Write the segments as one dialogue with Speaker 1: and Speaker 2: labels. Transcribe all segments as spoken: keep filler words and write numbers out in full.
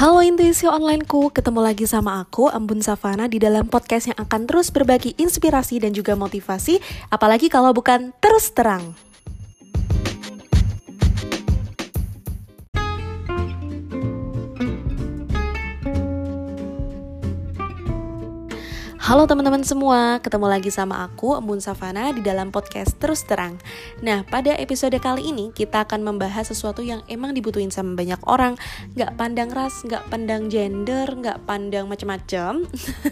Speaker 1: Halo intuisi onlineku, ketemu lagi sama aku, Embun Savana di dalam podcast yang akan terus berbagi inspirasi dan juga motivasi, apalagi kalau bukan terus terang. Halo teman-teman semua, ketemu lagi sama aku, Embun Savana di dalam podcast Terus Terang. Nah, pada episode kali ini kita akan membahas sesuatu yang emang dibutuhin sama banyak orang. Gak pandang ras, gak pandang gender, gak pandang macam-macam.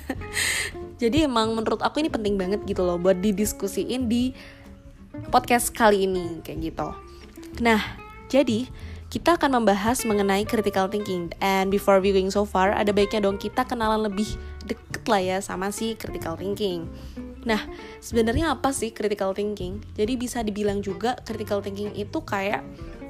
Speaker 1: Jadi emang menurut aku ini penting banget gitu loh buat didiskusiin di podcast kali ini, kayak gitu. Nah, jadi kita akan membahas mengenai critical thinking. And before we going so far, ada baiknya dong kita kenalan lebih deket lah ya sama si critical thinking. Nah, sebenarnya apa sih critical thinking? Jadi bisa dibilang juga critical thinking itu kayak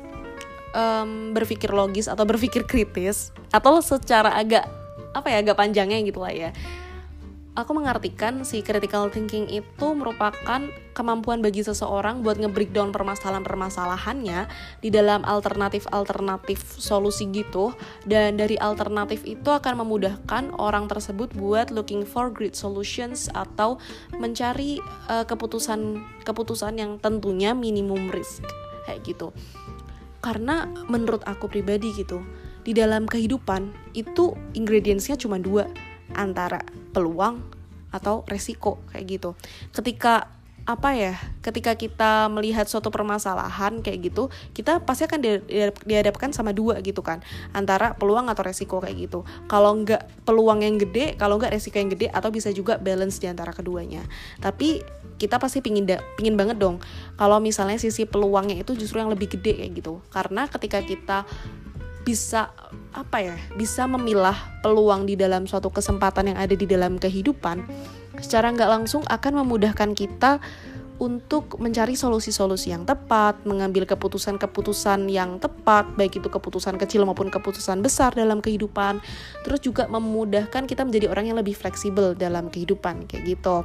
Speaker 1: um, berpikir logis atau berpikir kritis, atau secara agak apa ya agak panjangnya gitu lah ya. Aku mengartikan si critical thinking itu merupakan kemampuan bagi seseorang buat nge-breakdown permasalahan-permasalahannya di dalam alternatif-alternatif solusi gitu, dan dari alternatif itu akan memudahkan orang tersebut buat looking for great solutions atau mencari uh, keputusan-keputusan yang tentunya minimum risk kayak gitu. Karena menurut aku pribadi gitu, di dalam kehidupan itu ingredientsnya cuma dua, antara peluang atau resiko kayak gitu. Ketika apa ya, ketika kita melihat suatu permasalahan kayak gitu, kita pasti akan dihadapkan sama dua gitu kan, antara peluang atau resiko kayak gitu. Kalau nggak peluang yang gede, kalau nggak resiko yang gede, atau bisa juga balance di antara keduanya. Tapi kita pasti pingin da- pingin banget dong kalau misalnya sisi peluangnya itu justru yang lebih gede kayak gitu. Karena ketika kita bisa apa ya bisa memilah peluang di dalam suatu kesempatan yang ada di dalam kehidupan, secara nggak langsung akan memudahkan kita untuk mencari solusi-solusi yang tepat, mengambil keputusan-keputusan yang tepat, baik itu keputusan kecil maupun keputusan besar dalam kehidupan. Terus juga memudahkan kita menjadi orang yang lebih fleksibel dalam kehidupan kayak gitu.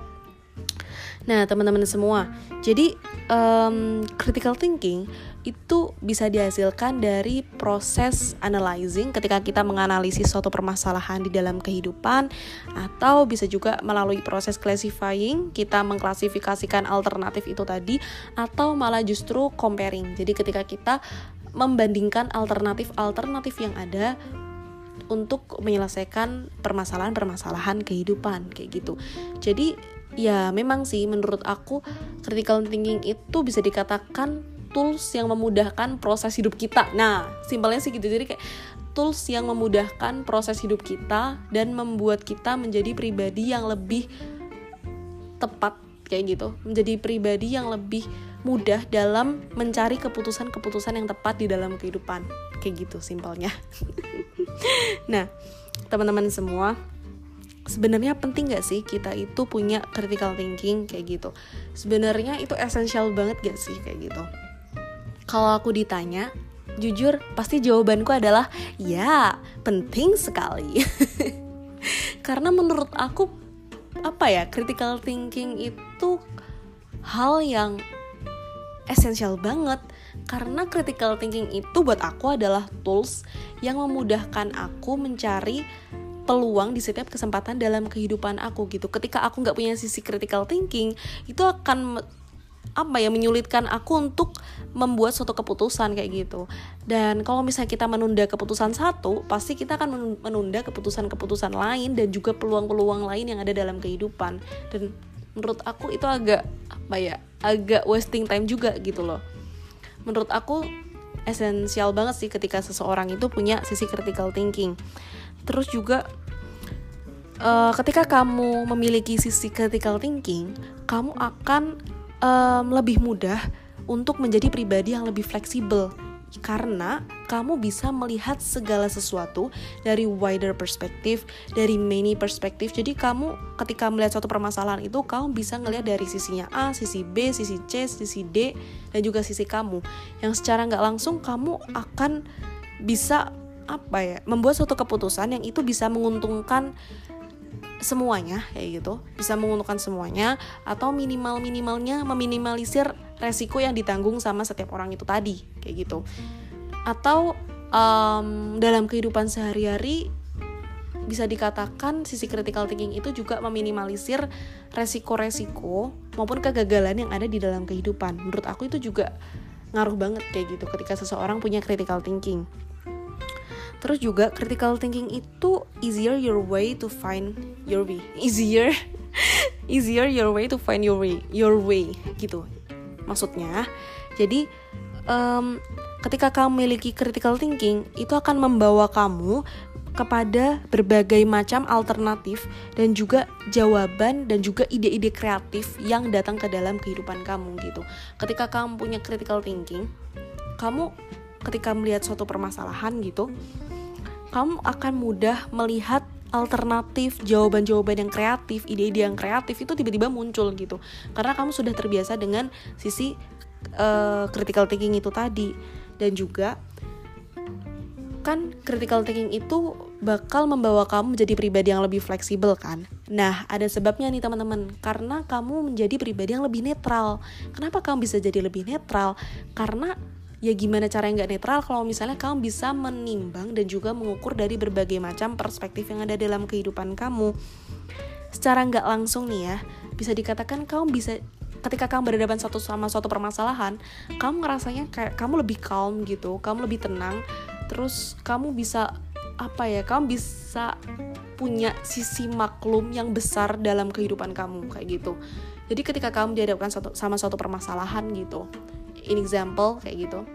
Speaker 1: Nah teman-teman semua, jadi um, critical thinking itu bisa dihasilkan dari proses analyzing ketika kita menganalisis suatu permasalahan di dalam kehidupan, atau bisa juga melalui proses classifying, kita mengklasifikasikan alternatif itu tadi, atau malah justru comparing. Jadi ketika kita membandingkan alternatif-alternatif yang ada untuk menyelesaikan permasalahan-permasalahan kehidupan kayak gitu. Jadi ya memang sih menurut aku critical thinking itu bisa dikatakan tools yang memudahkan proses hidup kita. Nah, simpelnya sih gitu. Jadi kayak tools yang memudahkan proses hidup kita dan membuat kita menjadi pribadi yang lebih tepat kayak gitu. Menjadi pribadi yang lebih mudah dalam mencari keputusan-keputusan yang tepat di dalam kehidupan. Kayak gitu simpelnya. Nah, teman-teman semua, sebenarnya penting gak sih kita itu punya critical thinking kayak gitu? Sebenarnya itu esensial banget gak sih kayak gitu? Kalau aku ditanya, jujur pasti jawabanku adalah ya, penting sekali. Karena menurut aku apa ya, critical thinking itu hal yang esensial banget. Karena critical thinking itu buat aku adalah tools yang memudahkan aku mencari peluang di setiap kesempatan dalam kehidupan aku gitu. Ketika aku nggak punya sisi critical thinking, itu akan apa ya menyulitkan aku untuk membuat suatu keputusan kayak gitu. Dan kalau misalnya kita menunda keputusan satu, pasti kita akan menunda keputusan-keputusan lain dan juga peluang-peluang lain yang ada dalam kehidupan. Dan menurut aku itu agak apa ya agak wasting time juga gitu loh. Menurut aku esensial banget sih ketika seseorang itu punya sisi critical thinking. Terus juga uh, ketika kamu memiliki sisi critical thinking, kamu akan um, lebih mudah untuk menjadi pribadi yang lebih fleksibel. Karena kamu bisa melihat segala sesuatu dari wider perspektif, dari many perspektif. Jadi kamu ketika melihat suatu permasalahan itu, kamu bisa ngelihat dari sisinya A, sisi B, sisi C, sisi D, dan juga sisi kamu. Yang secara gak langsung kamu akan bisa apa ya membuat suatu keputusan yang itu bisa menguntungkan semuanya kayak gitu, bisa menguntungkan semuanya, atau minimal-minimalnya meminimalisir resiko yang ditanggung sama setiap orang itu tadi kayak gitu. Atau um, dalam kehidupan sehari-hari bisa dikatakan sisi critical thinking itu juga meminimalisir resiko-resiko maupun kegagalan yang ada di dalam kehidupan. Menurut aku itu juga ngaruh banget kayak gitu ketika seseorang punya critical thinking. Terus juga critical thinking itu easier your way to find your way. Easier easier your way to find your way, your way gitu. Maksudnya, jadi um, ketika kamu memiliki critical thinking, itu akan membawa kamu kepada berbagai macam alternatif dan juga jawaban dan juga ide-ide kreatif yang datang ke dalam kehidupan kamu gitu. Ketika kamu punya critical thinking, kamu ketika melihat suatu permasalahan gitu, kamu akan mudah melihat alternatif, jawaban-jawaban yang kreatif, ide-ide yang kreatif itu tiba-tiba muncul gitu. Karena kamu sudah terbiasa dengan sisi uh, critical thinking itu tadi. Dan juga kan critical thinking itu bakal membawa kamu menjadi pribadi yang lebih fleksibel kan. Nah, ada sebabnya nih teman-teman. Karena kamu menjadi pribadi yang lebih netral. Kenapa kamu bisa jadi lebih netral? Karena ya gimana cara yang gak netral kalau misalnya kamu bisa menimbang dan juga mengukur dari berbagai macam perspektif yang ada dalam kehidupan kamu. Secara gak langsung nih ya, bisa dikatakan kamu bisa, ketika kamu berhadapan satu sama suatu permasalahan, kamu ngerasanya kayak kamu lebih calm gitu, kamu lebih tenang. Terus kamu bisa apa ya, kamu bisa punya sisi maklum yang besar dalam kehidupan kamu kayak gitu. Jadi ketika kamu dihadapkan satu, sama suatu permasalahan gitu, in example kayak gitu,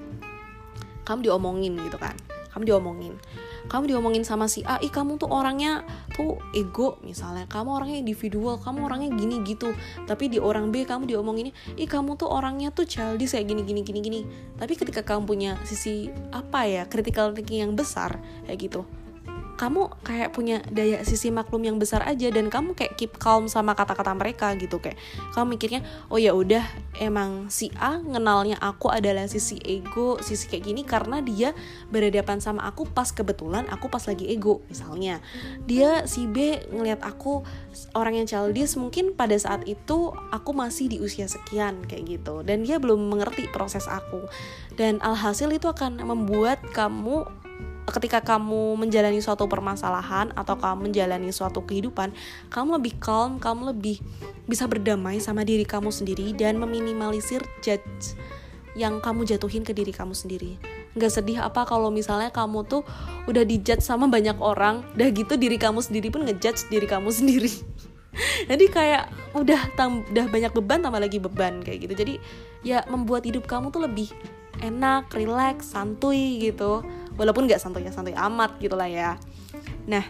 Speaker 1: kamu diomongin gitu kan, kamu diomongin kamu diomongin sama si A, ih kamu tuh orangnya tuh ego misalnya, kamu orangnya individual, kamu orangnya gini gitu. Tapi di orang B kamu diomonginnya, ih kamu tuh orangnya tuh childish kayak gini gini gini gini. Tapi ketika kamu punya sisi apa ya, critical thinking yang besar kayak gitu, kamu kayak punya daya sisi maklum yang besar aja dan kamu kayak keep calm sama kata-kata mereka gitu. Kayak kamu mikirnya, oh ya udah emang si A ngenalnya aku adalah sisi ego, sisi kayak gini karena dia berhadapan sama aku pas kebetulan aku pas lagi ego misalnya. Dia si B ngelihat aku orang yang childish mungkin pada saat itu aku masih di usia sekian kayak gitu dan dia belum mengerti proses aku. Dan alhasil itu akan membuat kamu ketika kamu menjalani suatu permasalahan atau kamu menjalani suatu kehidupan, kamu lebih calm, kamu lebih bisa berdamai sama diri kamu sendiri dan meminimalisir judge yang kamu jatuhin ke diri kamu sendiri. Nggak sedih apa kalau misalnya kamu tuh udah dijudge sama banyak orang, udah gitu diri kamu sendiri pun ngejudge diri kamu sendiri. Jadi kayak udah tam- udah banyak beban tambah lagi beban kayak gitu. Jadi ya membuat hidup kamu tuh lebih enak, relax, santuy gitu. Walaupun gak santuy-santuy amat gitu lah ya. Nah,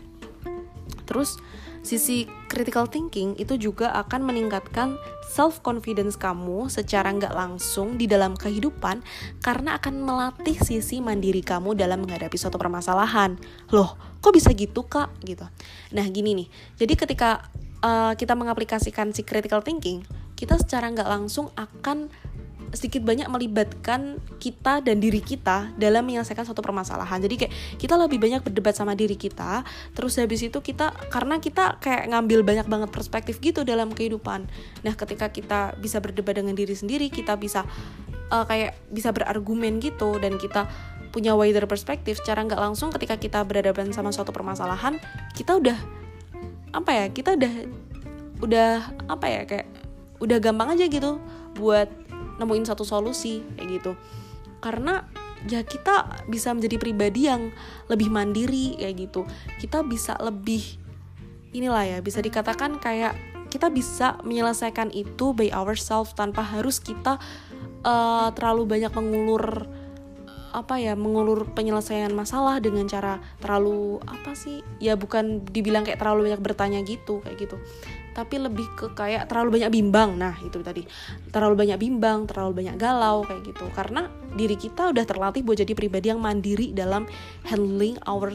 Speaker 1: terus sisi critical thinking itu juga akan meningkatkan self-confidence kamu secara gak langsung di dalam kehidupan karena akan melatih sisi mandiri kamu dalam menghadapi suatu permasalahan. Loh, kok bisa gitu kak? Gitu. Nah gini nih, jadi ketika uh, kita mengaplikasikan si critical thinking, kita secara gak langsung akan sedikit banyak melibatkan kita dan diri kita dalam menyelesaikan suatu permasalahan. Jadi kayak kita lebih banyak berdebat sama diri kita. Terus habis itu kita, karena kita kayak ngambil banyak banget perspektif gitu dalam kehidupan. Nah ketika kita bisa berdebat dengan diri sendiri, kita bisa uh, kayak bisa berargumen gitu, dan kita punya wider perspektif. Secara nggak langsung ketika kita berhadapan sama suatu permasalahan, kita udah apa ya, kita udah udah apa ya kayak udah gampang aja gitu buat nemuin satu solusi kayak gitu. Karena ya kita bisa menjadi pribadi yang lebih mandiri kayak gitu. Kita bisa lebih inilah ya, bisa dikatakan kayak kita bisa menyelesaikan itu by ourselves tanpa harus kita uh, terlalu banyak mengulur apa ya, mengulur penyelesaian masalah dengan cara terlalu apa sih? Ya bukan dibilang kayak terlalu banyak bertanya gitu kayak gitu. Tapi lebih ke kayak terlalu banyak bimbang. Nah itu tadi, terlalu banyak bimbang, terlalu banyak galau kayak gitu. Karena diri kita udah terlatih buat jadi pribadi yang mandiri dalam handling our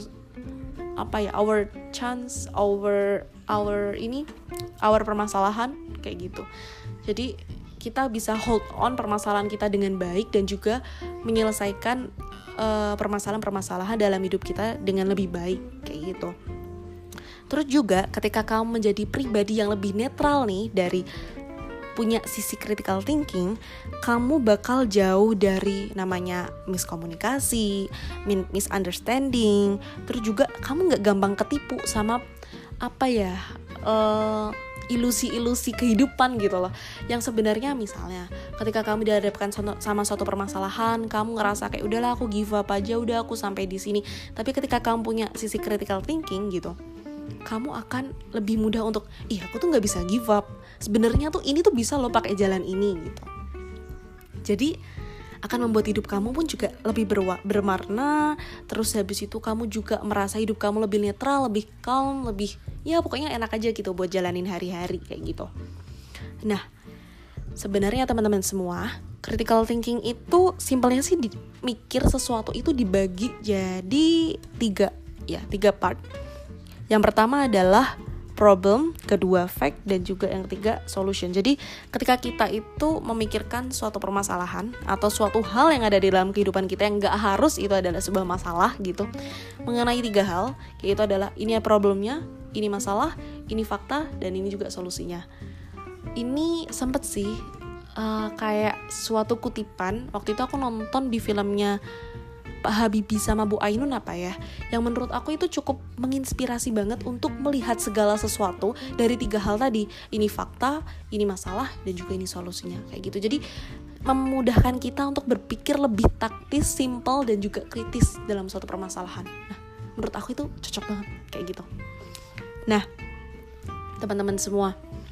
Speaker 1: apa ya, our chance, our our ini, our permasalahan kayak gitu. Jadi kita bisa hold on permasalahan kita dengan baik dan juga menyelesaikan uh, permasalahan-permasalahan dalam hidup kita dengan lebih baik kayak gitu. Terus juga ketika kamu menjadi pribadi yang lebih netral nih dari punya sisi critical thinking, kamu bakal jauh dari namanya miskomunikasi, misunderstanding. Terus juga kamu gak gampang ketipu sama apa ya, uh, ilusi-ilusi kehidupan gitu loh. Yang sebenarnya misalnya ketika kamu dihadapkan sama suatu permasalahan, kamu ngerasa kayak udahlah aku give up aja, udah aku sampai di sini. Tapi ketika kamu punya sisi critical thinking gitu, kamu akan lebih mudah untuk, ih aku tuh nggak bisa give up. Sebenarnya tuh ini tuh bisa lo pakai jalan ini gitu. Jadi akan membuat hidup kamu pun juga lebih berwa- bermakna. Terus habis itu kamu juga merasa hidup kamu lebih netral, lebih calm, lebih ya pokoknya enak aja gitu buat jalanin hari-hari kayak gitu. Nah, sebenarnya teman-teman semua, critical thinking itu simpelnya sih di, mikir sesuatu itu dibagi jadi tiga ya, tiga part. Yang pertama adalah problem, kedua fact, dan juga yang ketiga solution. Jadi ketika kita itu memikirkan suatu permasalahan atau suatu hal yang ada di dalam kehidupan kita yang gak harus itu adalah sebuah masalah gitu, mengenai tiga hal, yaitu adalah ini problemnya, ini masalah, ini fakta, dan ini juga solusinya. Ini sempet sih uh, kayak suatu kutipan, waktu itu aku nonton di filmnya Pak Habibie sama Bu Ainun apa ya, yang menurut aku itu cukup menginspirasi banget untuk melihat segala sesuatu dari tiga hal tadi. Ini fakta, ini masalah, dan juga ini solusinya kayak gitu. Jadi memudahkan kita untuk berpikir lebih taktis, simple, dan juga kritis dalam suatu permasalahan. Nah, menurut aku itu cocok banget kayak gitu. Nah, teman-teman semua,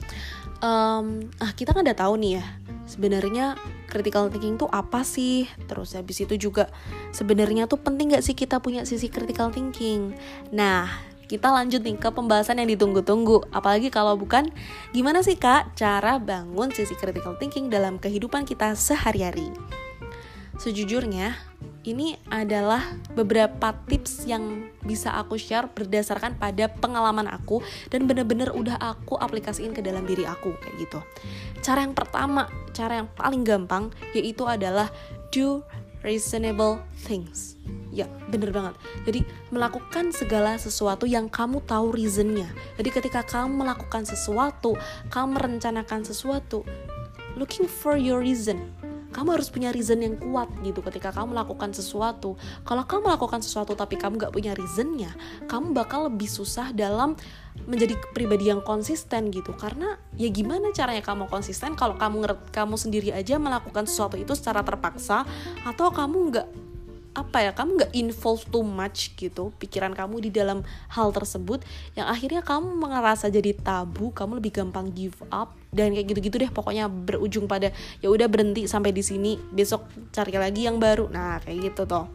Speaker 1: um, ah kita kan udah tahu nih ya, sebenarnya critical thinking tuh apa sih? Terus habis itu juga sebenarnya tuh penting gak sih kita punya sisi critical thinking? Nah, kita lanjut nih ke pembahasan yang ditunggu-tunggu. Apalagi kalau bukan, gimana sih Kak cara bangun sisi critical thinking dalam kehidupan kita sehari-hari? Sejujurnya, ini adalah beberapa tips yang bisa aku share berdasarkan pada pengalaman aku dan bener-bener udah aku aplikasiin ke dalam diri aku kayak gitu. Cara yang pertama, cara yang paling gampang yaitu adalah do reasonable things. Ya, bener banget. Jadi melakukan segala sesuatu yang kamu tahu reasonnya. Jadi ketika kamu melakukan sesuatu, kamu merencanakan sesuatu, looking for your reason. Kamu harus punya reason yang kuat gitu ketika kamu melakukan sesuatu. Kalau kamu melakukan sesuatu tapi kamu gak punya reasonnya, kamu bakal lebih susah dalam menjadi pribadi yang konsisten gitu. Karena ya gimana caranya kamu konsisten kalau kamu ngeret, kamu sendiri aja melakukan sesuatu itu secara terpaksa, atau kamu gak apa ya, kamu gak involve too much gitu pikiran kamu di dalam hal tersebut, yang akhirnya kamu merasa jadi tabu, kamu lebih gampang give up dan kayak gitu-gitu deh, pokoknya berujung pada ya udah berhenti sampai di sini, besok cari lagi yang baru. Nah kayak gitu toh.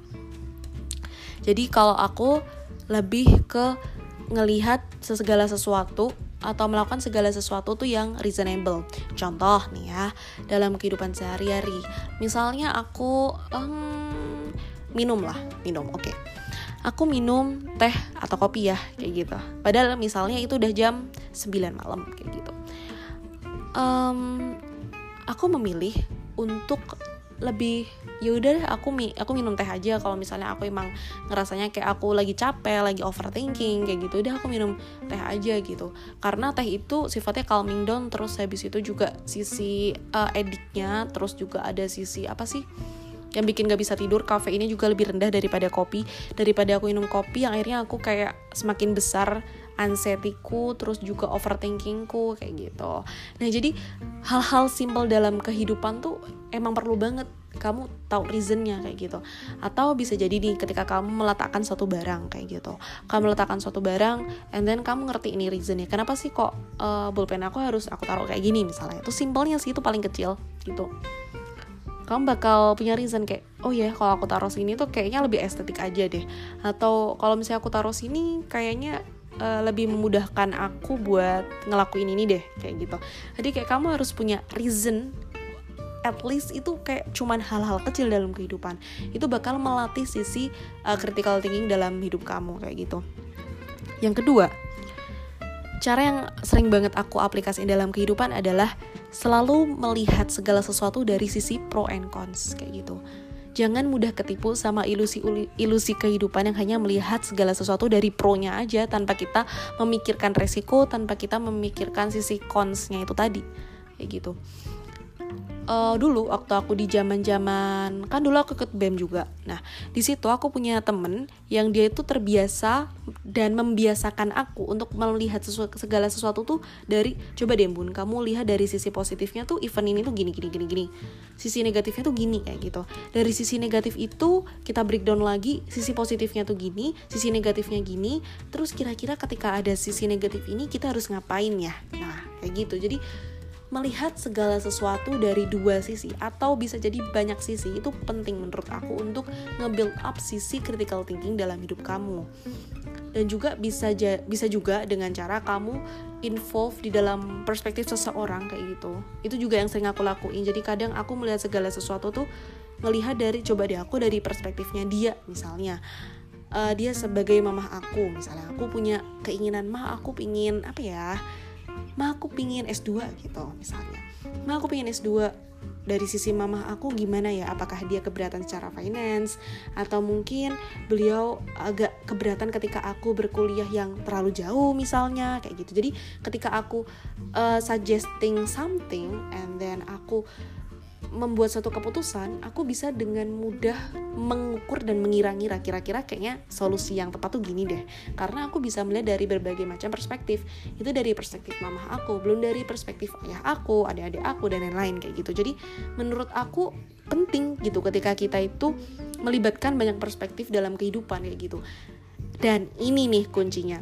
Speaker 1: Jadi kalau aku lebih ke ngelihat segala sesuatu atau melakukan segala sesuatu tuh yang reasonable. Contoh nih ya, dalam kehidupan sehari-hari, misalnya aku um, minum lah, minum, oke. Okay. Aku minum teh atau kopi ya, kayak gitu. Padahal misalnya itu udah jam sembilan malam, kayak gitu. Um, aku memilih untuk lebih, yaudah aku mi, aku minum teh aja. Kalau misalnya aku emang ngerasanya kayak aku lagi capek, lagi overthinking, kayak gitu, udah aku minum teh aja gitu. Karena teh itu sifatnya calming down, terus habis itu juga sisi uh, addictnya, terus juga ada sisi apa sih? yang bikin gak bisa tidur, kafeinnya juga lebih rendah daripada kopi. Daripada aku minum kopi yang akhirnya aku kayak semakin besar anxiety-ku, terus juga overthinking-ku kayak gitu. Nah jadi hal-hal simple dalam kehidupan tuh emang perlu banget kamu tahu reasonnya kayak gitu. Atau bisa jadi nih ketika kamu meletakkan suatu barang kayak gitu, kamu letakkan suatu barang and then kamu ngerti ini reasonnya, kenapa sih kok uh, pulpen aku harus aku taruh kayak gini misalnya. Itu simpelnya sih, itu paling kecil gitu. Kamu bakal punya reason kayak, oh ya yeah, kalau aku taruh sini tuh kayaknya lebih estetik aja deh. Atau kalau misalnya aku taruh sini kayaknya uh, lebih memudahkan aku buat ngelakuin ini deh, kayak gitu. Jadi kayak kamu harus punya reason, at least itu kayak cuman hal-hal kecil dalam kehidupan. Itu bakal melatih sisi uh, critical thinking dalam hidup kamu kayak gitu. Yang kedua, cara yang sering banget aku aplikasiin dalam kehidupan adalah selalu melihat segala sesuatu dari sisi pro and cons kayak gitu. Jangan mudah ketipu sama ilusi-ilusi kehidupan yang hanya melihat segala sesuatu dari pro-nya aja tanpa kita memikirkan resiko, tanpa kita memikirkan sisi cons-nya itu tadi. kayak gitu. Uh, dulu waktu aku di zaman-zaman kan dulu aku ikut B E M juga. Nah, di situ aku punya temen yang dia itu terbiasa dan membiasakan aku untuk melihat sesuatu, segala sesuatu tuh dari coba deh Bun, kamu lihat dari sisi positifnya tuh event ini tuh gini gini gini gini. Sisi negatifnya tuh gini kayak gitu. Dari sisi negatif itu kita breakdown lagi, sisi positifnya tuh gini, sisi negatifnya gini. Terus kira-kira ketika ada sisi negatif ini kita harus ngapain ya? Nah, kayak gitu. Jadi melihat segala sesuatu dari dua sisi atau bisa jadi banyak sisi itu penting menurut aku untuk nge-build up sisi critical thinking dalam hidup kamu. Dan juga bisa ja, bisa juga dengan cara kamu involve di dalam perspektif seseorang kayak gitu. Itu juga yang sering aku lakuin. Jadi kadang aku melihat segala sesuatu tuh melihat dari coba deh aku dari perspektifnya dia misalnya. Uh, dia sebagai mamah aku misalnya, aku punya keinginan mah aku pingin apa ya? Ma aku pingin S dua gitu misalnya. Ma aku pingin S dua. Dari sisi mamah aku gimana ya? Apakah dia keberatan secara finance? Atau mungkin beliau agak keberatan ketika aku berkuliah yang terlalu jauh misalnya kayak gitu. Jadi ketika aku uh, suggesting something and then aku membuat suatu keputusan, aku bisa dengan mudah mengukur dan mengira-ngira kira-kira kayaknya solusi yang tepat tuh gini deh. Karena aku bisa melihat dari berbagai macam perspektif. Itu dari perspektif mamah aku, belum dari perspektif ayah aku, adik-adik aku dan lain-lain kayak gitu. Jadi menurut aku penting gitu ketika kita itu melibatkan banyak perspektif dalam kehidupan kayak gitu. Dan ini nih kuncinya.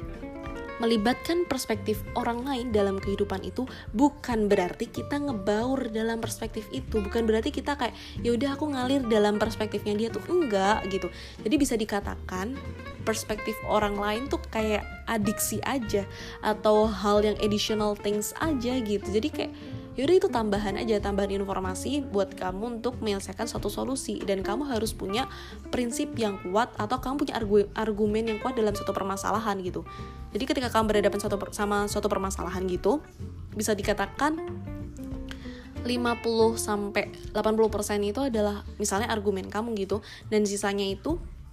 Speaker 1: Melibatkan perspektif orang lain dalam kehidupan itu bukan berarti kita ngebaur dalam perspektif itu, bukan berarti kita kayak ya udah aku ngalir dalam perspektifnya dia tuh, enggak gitu. Jadi bisa dikatakan perspektif orang lain tuh kayak adiksi aja atau hal yang additional things aja gitu. Jadi kayak yaudah itu tambahan aja, tambahan informasi buat kamu untuk menyelesaikan suatu solusi. Dan kamu harus punya prinsip yang kuat atau kamu punya argumen yang kuat dalam suatu permasalahan gitu. Jadi ketika kamu berhadapan suatu, sama suatu permasalahan gitu, bisa dikatakan lima puluh sampai delapan puluh persen itu adalah misalnya argumen kamu gitu, dan sisanya itu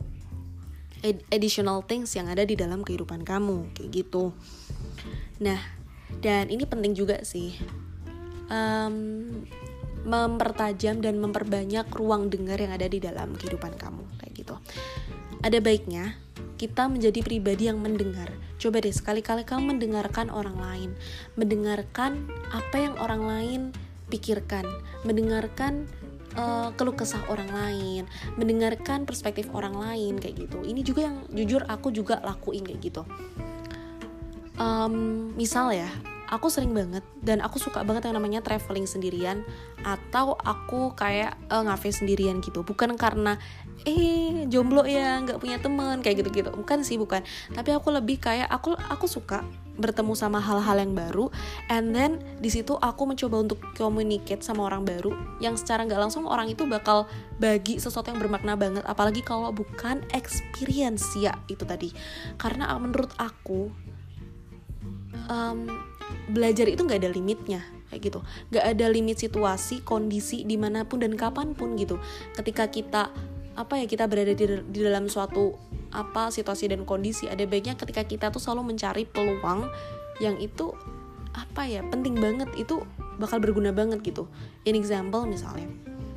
Speaker 1: additional things yang ada di dalam kehidupan kamu kayak gitu. Nah, dan ini penting juga sih, um, mempertajam dan memperbanyak ruang dengar yang ada di dalam kehidupan kamu kayak gitu. Ada baiknya kita menjadi pribadi yang mendengar. Coba deh sekali-kali kamu mendengarkan orang lain, mendengarkan apa yang orang lain pikirkan, mendengarkan uh, keluh kesah orang lain, mendengarkan perspektif orang lain kayak gitu. Ini juga yang jujur aku juga lakuin kayak gitu. Um, misal ya, aku sering banget dan aku suka banget yang namanya traveling sendirian atau aku kayak uh, ngafe sendirian gitu. Bukan karena eh jomblo ya nggak punya teman kayak gitu-gitu, bukan sih, bukan. Tapi aku lebih kayak aku aku suka bertemu sama hal-hal yang baru, and then di situ aku mencoba untuk communicate sama orang baru yang secara nggak langsung orang itu bakal bagi sesuatu yang bermakna banget, apalagi kalau bukan experience ya itu tadi. Karena menurut aku um, belajar itu nggak ada limitnya kayak gitu, nggak ada limit situasi, kondisi dimanapun dan kapanpun gitu. Ketika kita apa ya kita berada di, di dalam suatu apa situasi dan kondisi, ada baiknya ketika kita tuh selalu mencari peluang yang itu apa ya penting banget, itu bakal berguna banget gitu. In example misalnya,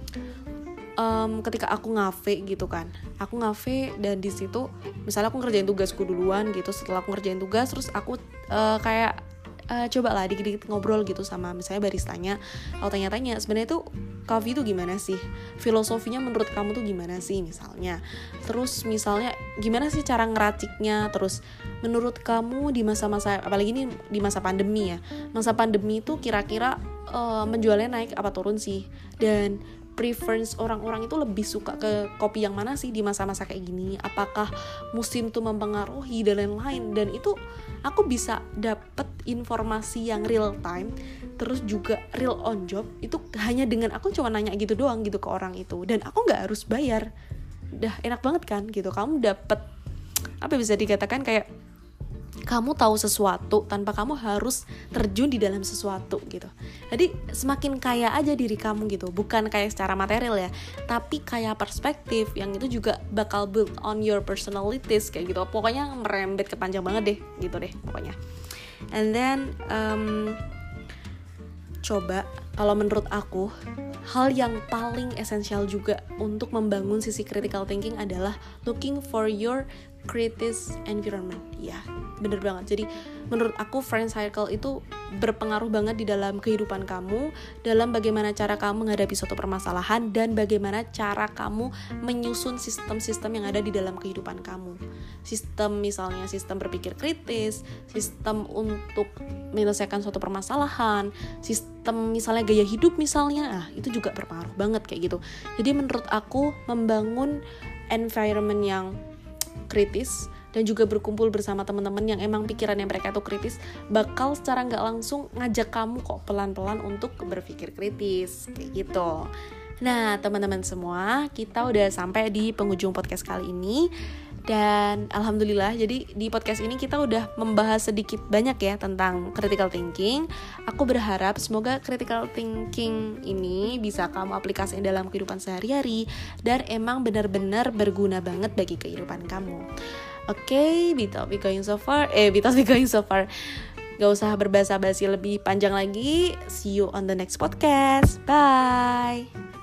Speaker 1: um, ketika aku ngafe gitu kan, aku ngafe dan di situ misalnya aku ngerjain tugasku duluan gitu. Setelah aku ngerjain tugas terus aku uh, kayak uh, coba lah dikit-dikit ngobrol gitu sama misalnya baristanya. Aku tanya-tanya sebenarnya tuh coffee itu gimana sih, filosofinya menurut kamu tuh gimana sih misalnya. Terus misalnya gimana sih cara ngeraciknya. Terus menurut kamu di masa-masa apalagi ini di masa pandemi ya, masa pandemi itu kira-kira uh, menjualnya naik apa turun sih, dan preference orang-orang itu lebih suka ke kopi yang mana sih di masa-masa kayak gini, apakah musim tuh mempengaruhi dan lain-lain. Dan itu aku bisa dapet informasi yang real time, terus juga real on job, itu hanya dengan aku cuma nanya gitu doang gitu ke orang itu, dan aku nggak harus bayar. Dah enak banget kan gitu, kamu dapet apa bisa dikatakan kayak kamu tahu sesuatu tanpa kamu harus terjun di dalam sesuatu gitu. Jadi semakin kaya aja diri kamu gitu, bukan kayak secara material ya, tapi kayak perspektif yang itu juga bakal build on your personalities kayak gitu. Pokoknya merembet ke panjang banget deh gitu deh pokoknya. And then um, coba, kalau menurut aku, hal yang paling esensial juga untuk membangun sisi critical thinking adalah looking for your critis environment. Ya, bener banget. Jadi menurut aku friend circle itu berpengaruh banget di dalam kehidupan kamu, dalam bagaimana cara kamu menghadapi suatu permasalahan, dan bagaimana cara kamu menyusun sistem-sistem yang ada di dalam kehidupan kamu. Sistem misalnya sistem berpikir kritis, sistem untuk menyelesaikan suatu permasalahan, sistem misalnya gaya hidup misalnya, ah itu juga berpengaruh banget kayak gitu. Jadi menurut aku membangun environment yang kritis dan juga berkumpul bersama teman-teman yang emang pikirannya mereka tuh kritis bakal secara nggak langsung ngajak kamu kok pelan-pelan untuk berpikir kritis kayak gitu. Nah teman-teman semua, kita udah sampai di penghujung podcast kali ini. Dan alhamdulillah, jadi di podcast ini kita udah membahas sedikit banyak ya tentang critical thinking. Aku berharap semoga critical thinking ini bisa kamu aplikasikan dalam kehidupan sehari-hari dan emang benar-benar berguna banget bagi kehidupan kamu. Oke, okay, without me going so far, eh without me going so far, gak usah berbasa-basi lebih panjang lagi. See you on the next podcast. Bye.